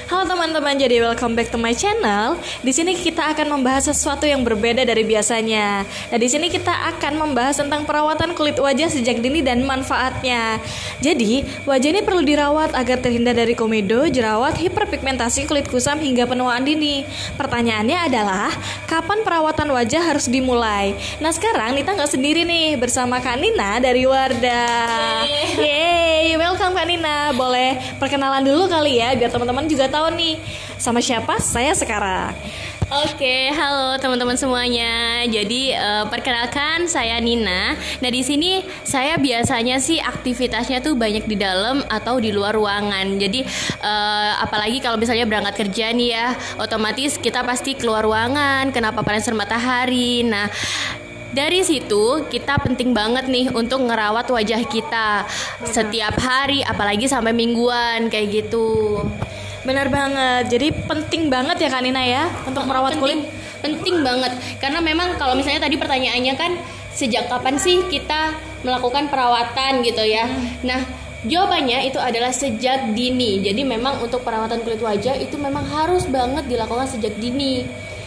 Halo teman-teman, jadi welcome back to my channel. Di sini kita akan membahas sesuatu yang berbeda dari biasanya. Nah, di sini kita akan membahas tentang perawatan kulit wajah sejak dini dan manfaatnya. Jadi, wajah ini perlu dirawat agar terhindar dari komedo, jerawat, hiperpigmentasi, kulit kusam hingga penuaan dini. Pertanyaannya adalah, kapan perawatan wajah harus dimulai? Nah, sekarang Nita nggak sendiri nih, bersama Kak Nina dari Wardah. Yeay, welcome Kak Nina. Boleh perkenalan dulu kali ya, biar teman-teman juga tahu nih sama siapa saya sekarang. Oke, halo teman-teman semuanya. Jadi perkenalkan saya Nina. Nah, di sini saya biasanya sih aktivitasnya tuh banyak di dalam atau di luar ruangan. Jadi apalagi kalau misalnya berangkat kerja nih ya, otomatis kita pasti keluar ruangan, kena paparan sinar matahari. Nah, dari situ kita penting banget nih untuk ngerawat wajah kita setiap hari, apalagi sampai mingguan kayak gitu. Benar banget. Jadi penting banget ya Kak Nina ya untuk merawat kulit. Penting banget. Karena memang kalau misalnya tadi pertanyaannya kan sejak kapan sih kita melakukan perawatan gitu ya. Nah, jawabannya itu adalah sejak dini. Jadi memang untuk perawatan kulit wajah itu memang harus banget dilakukan sejak dini.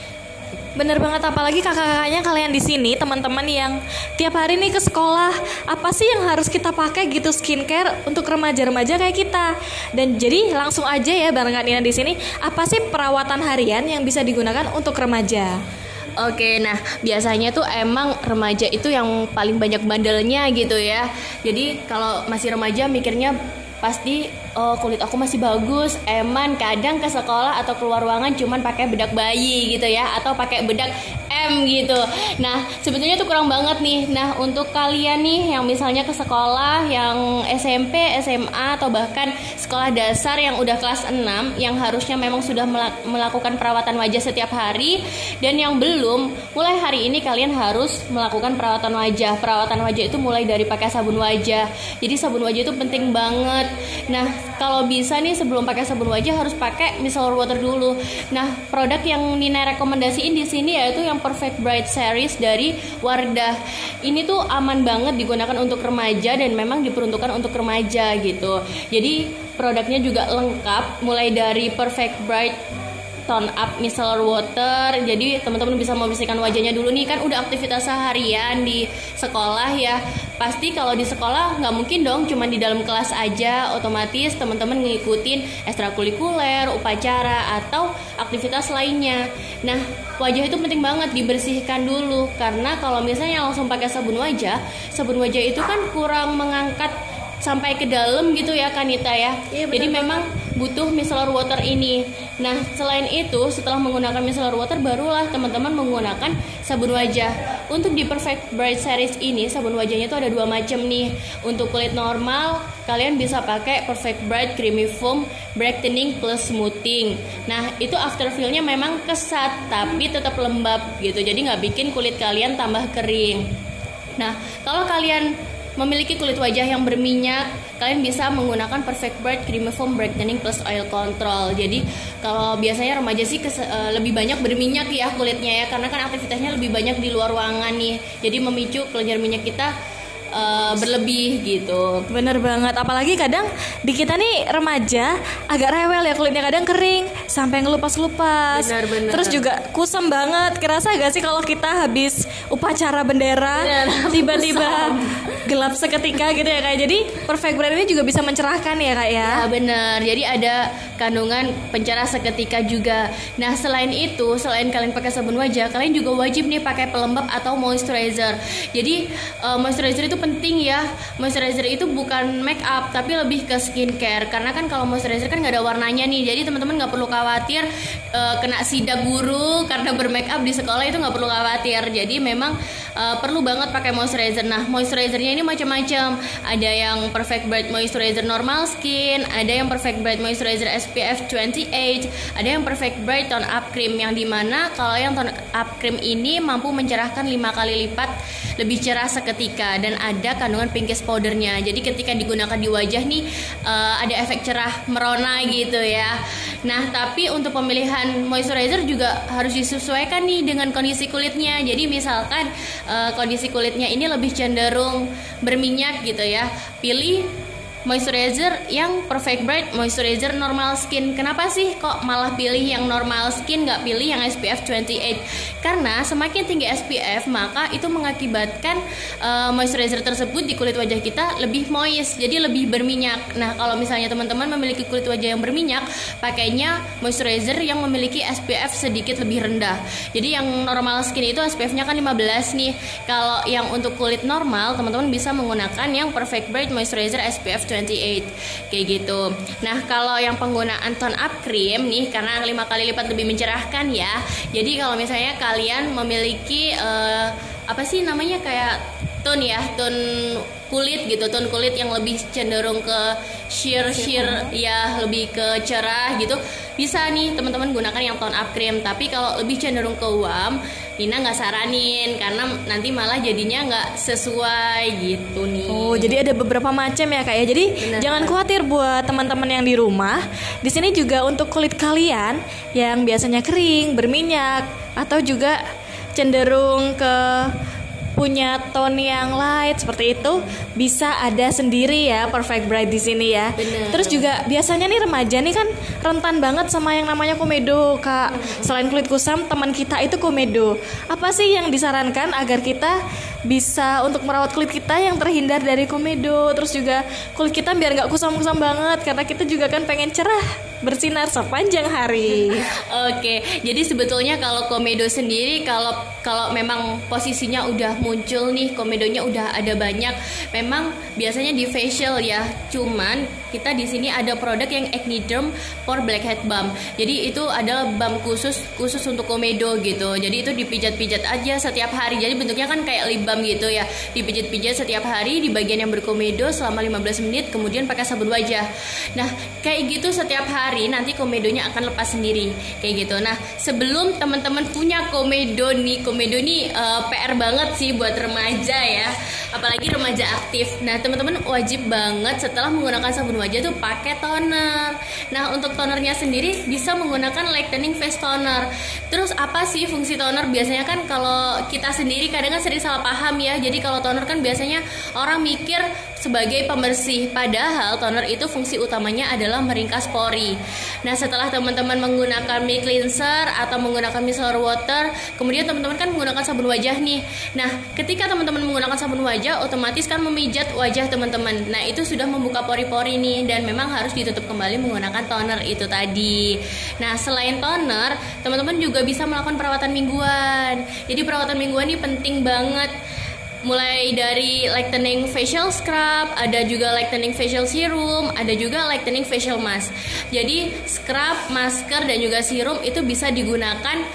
Bener banget, apalagi kakak-kakaknya kalian di sini, teman-teman yang tiap hari nih ke sekolah. Apa sih yang harus kita pakai gitu skincare untuk remaja-remaja kayak kita? Dan jadi langsung aja ya bareng Kak Nina di sini. Apa sih perawatan harian yang bisa digunakan untuk remaja? Oke, nah biasanya tuh emang remaja itu yang paling banyak bandelnya gitu ya. Jadi kalau masih remaja mikirnya pasti kulit aku masih bagus, eman, kadang ke sekolah atau keluar ruangan cuman pakai bedak bayi gitu ya, atau pakai bedak M gitu. Nah, sebetulnya itu kurang banget nih. Nah, untuk kalian nih yang misalnya ke sekolah yang SMP, SMA atau bahkan sekolah dasar yang udah kelas 6 yang harusnya memang sudah melakukan perawatan wajah setiap hari, dan yang belum, mulai hari ini kalian harus melakukan perawatan wajah. Perawatan wajah itu mulai dari pakai sabun wajah. Jadi sabun wajah itu penting banget. Nah, kalau bisa nih sebelum pakai sabun wajah harus pakai micellar water dulu. Nah, produk yang Nina rekomendasiin di sini yaitu yang Perfect Bright Series dari Wardah. Ini tuh aman banget digunakan untuk remaja dan memang diperuntukkan untuk remaja gitu. Jadi produknya juga lengkap, mulai dari Perfect Bright Tone Up Micellar Water. Jadi teman-teman bisa membersihkan wajahnya dulu nih, kan udah aktivitas seharian di sekolah ya. Pasti kalau di sekolah nggak mungkin dong cuma di dalam kelas aja, otomatis teman-teman ngikutin ekstrakurikuler, upacara atau aktivitas lainnya. Nah, wajah itu penting banget dibersihkan dulu, karena kalau misalnya langsung pakai sabun wajah itu kan kurang mengangkat sampai ke dalam gitu ya Kanita ya. Iya, jadi memang butuh micellar water ini. Nah, selain itu setelah menggunakan micellar water barulah teman-teman menggunakan sabun wajah. Untuk di Perfect Bright Series ini sabun wajahnya tuh ada 2 macam nih. Untuk kulit normal kalian bisa pakai Perfect Bright Creamy Foam Brightening Plus Smoothing. Nah, itu after feel-nya memang kesat tapi tetap lembab gitu. Jadi nggak bikin kulit kalian tambah kering. Nah, kalau kalian memiliki kulit wajah yang berminyak, kalian bisa menggunakan Perfect Bright Creamy Foam Brightening Plus Oil Control. Jadi kalau biasanya remaja sih lebih banyak berminyak ya kulitnya ya, karena kan aktivitasnya lebih banyak di luar ruangan nih. Jadi memicu kelenjar minyak kita berlebih gitu. Bener banget, apalagi kadang di kita nih remaja agak rewel ya, kulitnya kadang kering sampai ngelupas-lupas. Bener. Terus juga kusam banget. Kerasa gak sih kalau kita habis upacara bendera tiba-tiba gelap seketika gitu ya Kak. Jadi Perfect Bright ini juga bisa mencerahkan ya Kak ya. Ya bener, jadi ada kandungan pencerah seketika juga. Nah, selain itu, selain kalian pakai sabun wajah, kalian juga wajib nih pakai pelembab atau moisturizer. Jadi moisturizer itu penting ya. Moisturizer itu bukan make up tapi lebih ke skincare, karena kan kalau moisturizer kan nggak ada warnanya nih. Jadi teman-teman nggak perlu khawatir kena sidak guru karena bermake up di sekolah, itu nggak perlu khawatir. Jadi memang perlu banget pakai moisturizer. Nah, moisturizernya ini macam-macam. Ada yang Perfect Bright Moisturizer Normal Skin, ada yang Perfect Bright Moisturizer SPF 28, ada yang Perfect Bright Tone Up Cream, yang dimana kalau yang Tone Up Cream ini mampu mencerahkan 5 kali lipat lebih cerah seketika, dan ada kandungan pinkish powdernya. Jadi ketika digunakan di wajah nih ada efek cerah merona gitu ya. Nah, tapi untuk pemilihan moisturizer juga harus disesuaikan nih dengan kondisi kulitnya. Jadi misalkan kondisi kulitnya ini lebih cenderung berminyak gitu ya, pilih moisturizer yang Perfect Bright Moisturizer Normal Skin. Kenapa sih kok malah pilih yang normal skin, nggak pilih yang SPF 28? Karena semakin tinggi SPF maka itu mengakibatkan moisturizer tersebut di kulit wajah kita lebih moist, jadi lebih berminyak. Nah kalau misalnya teman-teman memiliki kulit wajah yang berminyak, pakainya moisturizer yang memiliki SPF sedikit lebih rendah. Jadi yang normal skin itu SPF-nya kan 15 nih. Kalau yang untuk kulit normal, teman-teman bisa menggunakan yang Perfect Bright Moisturizer SPF 28 kayak gitu. Nah kalau yang penggunaan tone up cream nih, karena 5 kali lipat lebih mencerahkan ya. Jadi kalau misalnya kalian memiliki apa sih namanya, kayak tone kulit gitu, tone kulit yang lebih cenderung ke sheer ya, lebih ke cerah gitu, bisa nih teman-teman gunakan yang tone up cream. Tapi kalau lebih cenderung ke warm, Nina nggak saranin karena nanti malah jadinya nggak sesuai gitu nih. Oh, jadi ada beberapa macam ya Kak ya. Jadi Bener. jangan khawatir buat teman-teman yang di rumah. Di sini juga untuk kulit kalian yang biasanya kering, berminyak, atau juga cenderung ke punya tone yang light seperti itu, bisa ada sendiri ya Perfect Bright di sini ya. Bener. Terus juga biasanya nih remaja nih kan rentan banget sama yang namanya komedo Kak. Selain kulit kusam, teman kita itu komedo. Apa sih yang disarankan agar kita bisa untuk merawat kulit kita yang terhindar dari komedo? Terus juga kulit kita biar nggak kusam-kusam banget, karena kita juga kan pengen cerah, bersinar sepanjang hari. Oke, jadi sebetulnya kalau komedo sendiri, kalau memang posisinya udah muncul nih, komedonya udah ada banyak, memang biasanya di facial ya. Cuman kita di sini ada produk yang Acne Derm for Blackhead Balm. Jadi itu adalah balm khusus untuk komedo gitu. Jadi itu dipijat-pijat aja setiap hari. Jadi bentuknya kan kayak lip balm gitu ya. Dipijat-pijat setiap hari di bagian yang berkomedo selama 15 menit, kemudian pakai sabun wajah. Nah, kayak gitu setiap hari, nanti komedonya akan lepas sendiri kayak gitu. Nah sebelum teman-teman punya komedo nih PR banget sih buat remaja ya, apalagi remaja aktif. Nah teman-teman wajib banget setelah menggunakan sabun wajah tuh pakai toner. Nah untuk tonernya sendiri bisa menggunakan lightening face toner. Terus apa sih fungsi toner? Biasanya kan kalau kita sendiri kadang kan sering salah paham ya. Jadi kalau toner kan biasanya orang mikir sebagai pembersih, padahal toner itu fungsi utamanya adalah meringkas pori. Nah setelah teman-teman menggunakan mic cleanser atau menggunakan micellar water, kemudian teman-teman kan menggunakan sabun wajah nih. Nah ketika teman-teman menggunakan sabun wajah, otomatis kan memijat wajah teman-teman. Nah itu sudah membuka pori-pori nih, dan memang harus ditutup kembali menggunakan toner itu tadi. Nah selain toner, teman-teman juga bisa melakukan perawatan mingguan. Jadi perawatan mingguan ini penting banget. Mulai dari lightening facial scrub, ada juga lightening facial serum, ada juga lightening facial mask. Jadi scrub, masker, dan juga serum itu bisa digunakan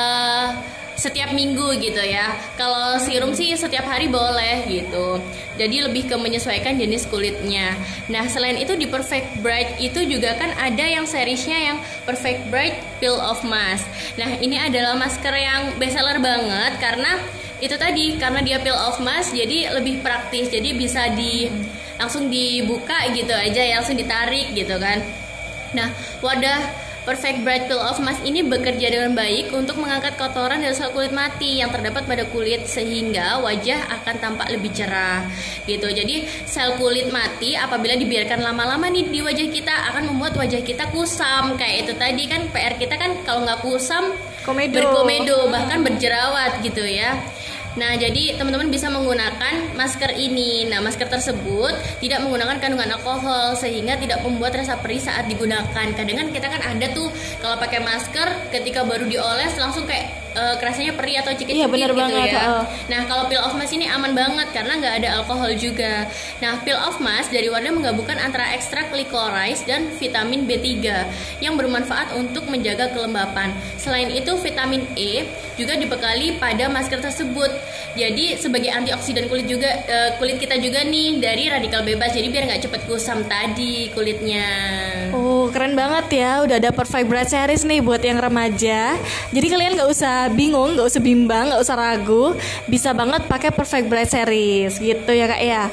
setiap minggu gitu ya. Kalau serum sih setiap hari boleh gitu. Jadi lebih ke menyesuaikan jenis kulitnya. Nah selain itu di Perfect Bright itu juga kan ada yang seriesnya yang Perfect Bright Peel Off Mask. Nah ini adalah masker yang bestseller banget karena itu tadi, karena dia peel off mask, jadi lebih praktis. Jadi bisa langsung dibuka gitu aja ya, langsung ditarik gitu kan. Nah wadah Perfect Bright Peel Off Mask ini bekerja dengan baik untuk mengangkat kotoran dari sel kulit mati yang terdapat pada kulit, sehingga wajah akan tampak lebih cerah gitu. Jadi sel kulit mati apabila dibiarkan lama-lama nih di wajah kita akan membuat wajah kita kusam. Kayak itu tadi kan PR kita kan kalau nggak kusam berkomedo, bahkan berjerawat gitu ya. Nah, jadi teman-teman bisa menggunakan masker ini. Nah, masker tersebut tidak menggunakan kandungan alkohol sehingga tidak membuat rasa perih saat digunakan. Kadang kan kita kan ada tuh kalau pakai masker ketika baru dioles langsung kayak kerasanya perih atau cekit-cekit gitu banget, ya. Nah, kalau peel off mask ini aman banget karena nggak ada alkohol juga. Nah, peel off mask dari warna menggabungkan antara ekstrak licorice dan vitamin B3 yang bermanfaat untuk menjaga kelembapan. Selain itu, vitamin E juga dibekali pada masker tersebut. Jadi sebagai antioksidan kulit juga, kulit kita juga nih dari radikal bebas. Jadi biar nggak cepet kusam tadi kulitnya. Oh keren banget ya, udah ada Perfect Bright series nih buat yang remaja. Jadi kalian nggak usah bingung, nggak usah bimbang, nggak usah ragu, bisa banget pakai Perfect Bright series gitu ya Kak ya.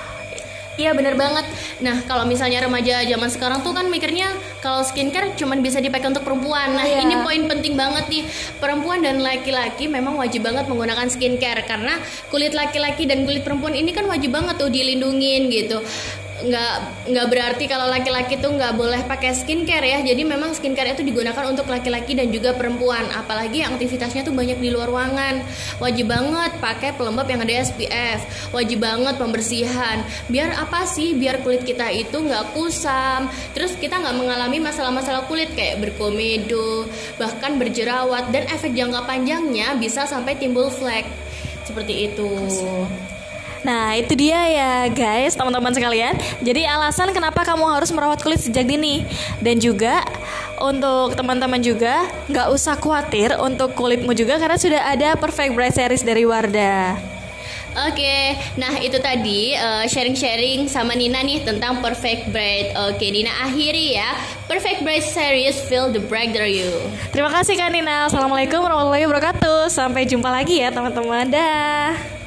Iya bener banget. Nah kalau misalnya remaja zaman sekarang tuh kan mikirnya kalau skincare cuman bisa dipakai untuk perempuan. Nah ini poin penting banget nih. Perempuan dan laki-laki memang wajib banget menggunakan skincare, karena kulit laki-laki dan kulit perempuan ini kan wajib banget tuh dilindungin gitu. nggak berarti kalau laki-laki tuh nggak boleh pakai skincare ya. Jadi memang skincare itu digunakan untuk laki-laki dan juga perempuan, apalagi yang aktivitasnya tuh banyak di luar ruangan. Wajib banget pakai pelembab yang ada SPF, wajib banget pembersihan. Biar apa sih? Biar kulit kita itu nggak kusam, terus kita nggak mengalami masalah-masalah kulit kayak berkomedo, bahkan berjerawat, dan efek jangka panjangnya bisa sampai timbul flek seperti itu. Nah itu dia ya guys, teman-teman sekalian. Jadi alasan kenapa kamu harus merawat kulit sejak dini. Dan juga untuk teman-teman juga nggak usah khawatir untuk kulitmu juga, karena sudah ada Perfect Bright Series dari Wardah. Oke, nah itu tadi sharing-sharing sama Nina nih tentang Perfect Bright. Oke, Nina akhiri ya Perfect Bright Series, Feel the Breakthrough. Terima kasih Kak Nina. Assalamualaikum warahmatullahi wabarakatuh. Sampai jumpa lagi ya teman-teman. Dah.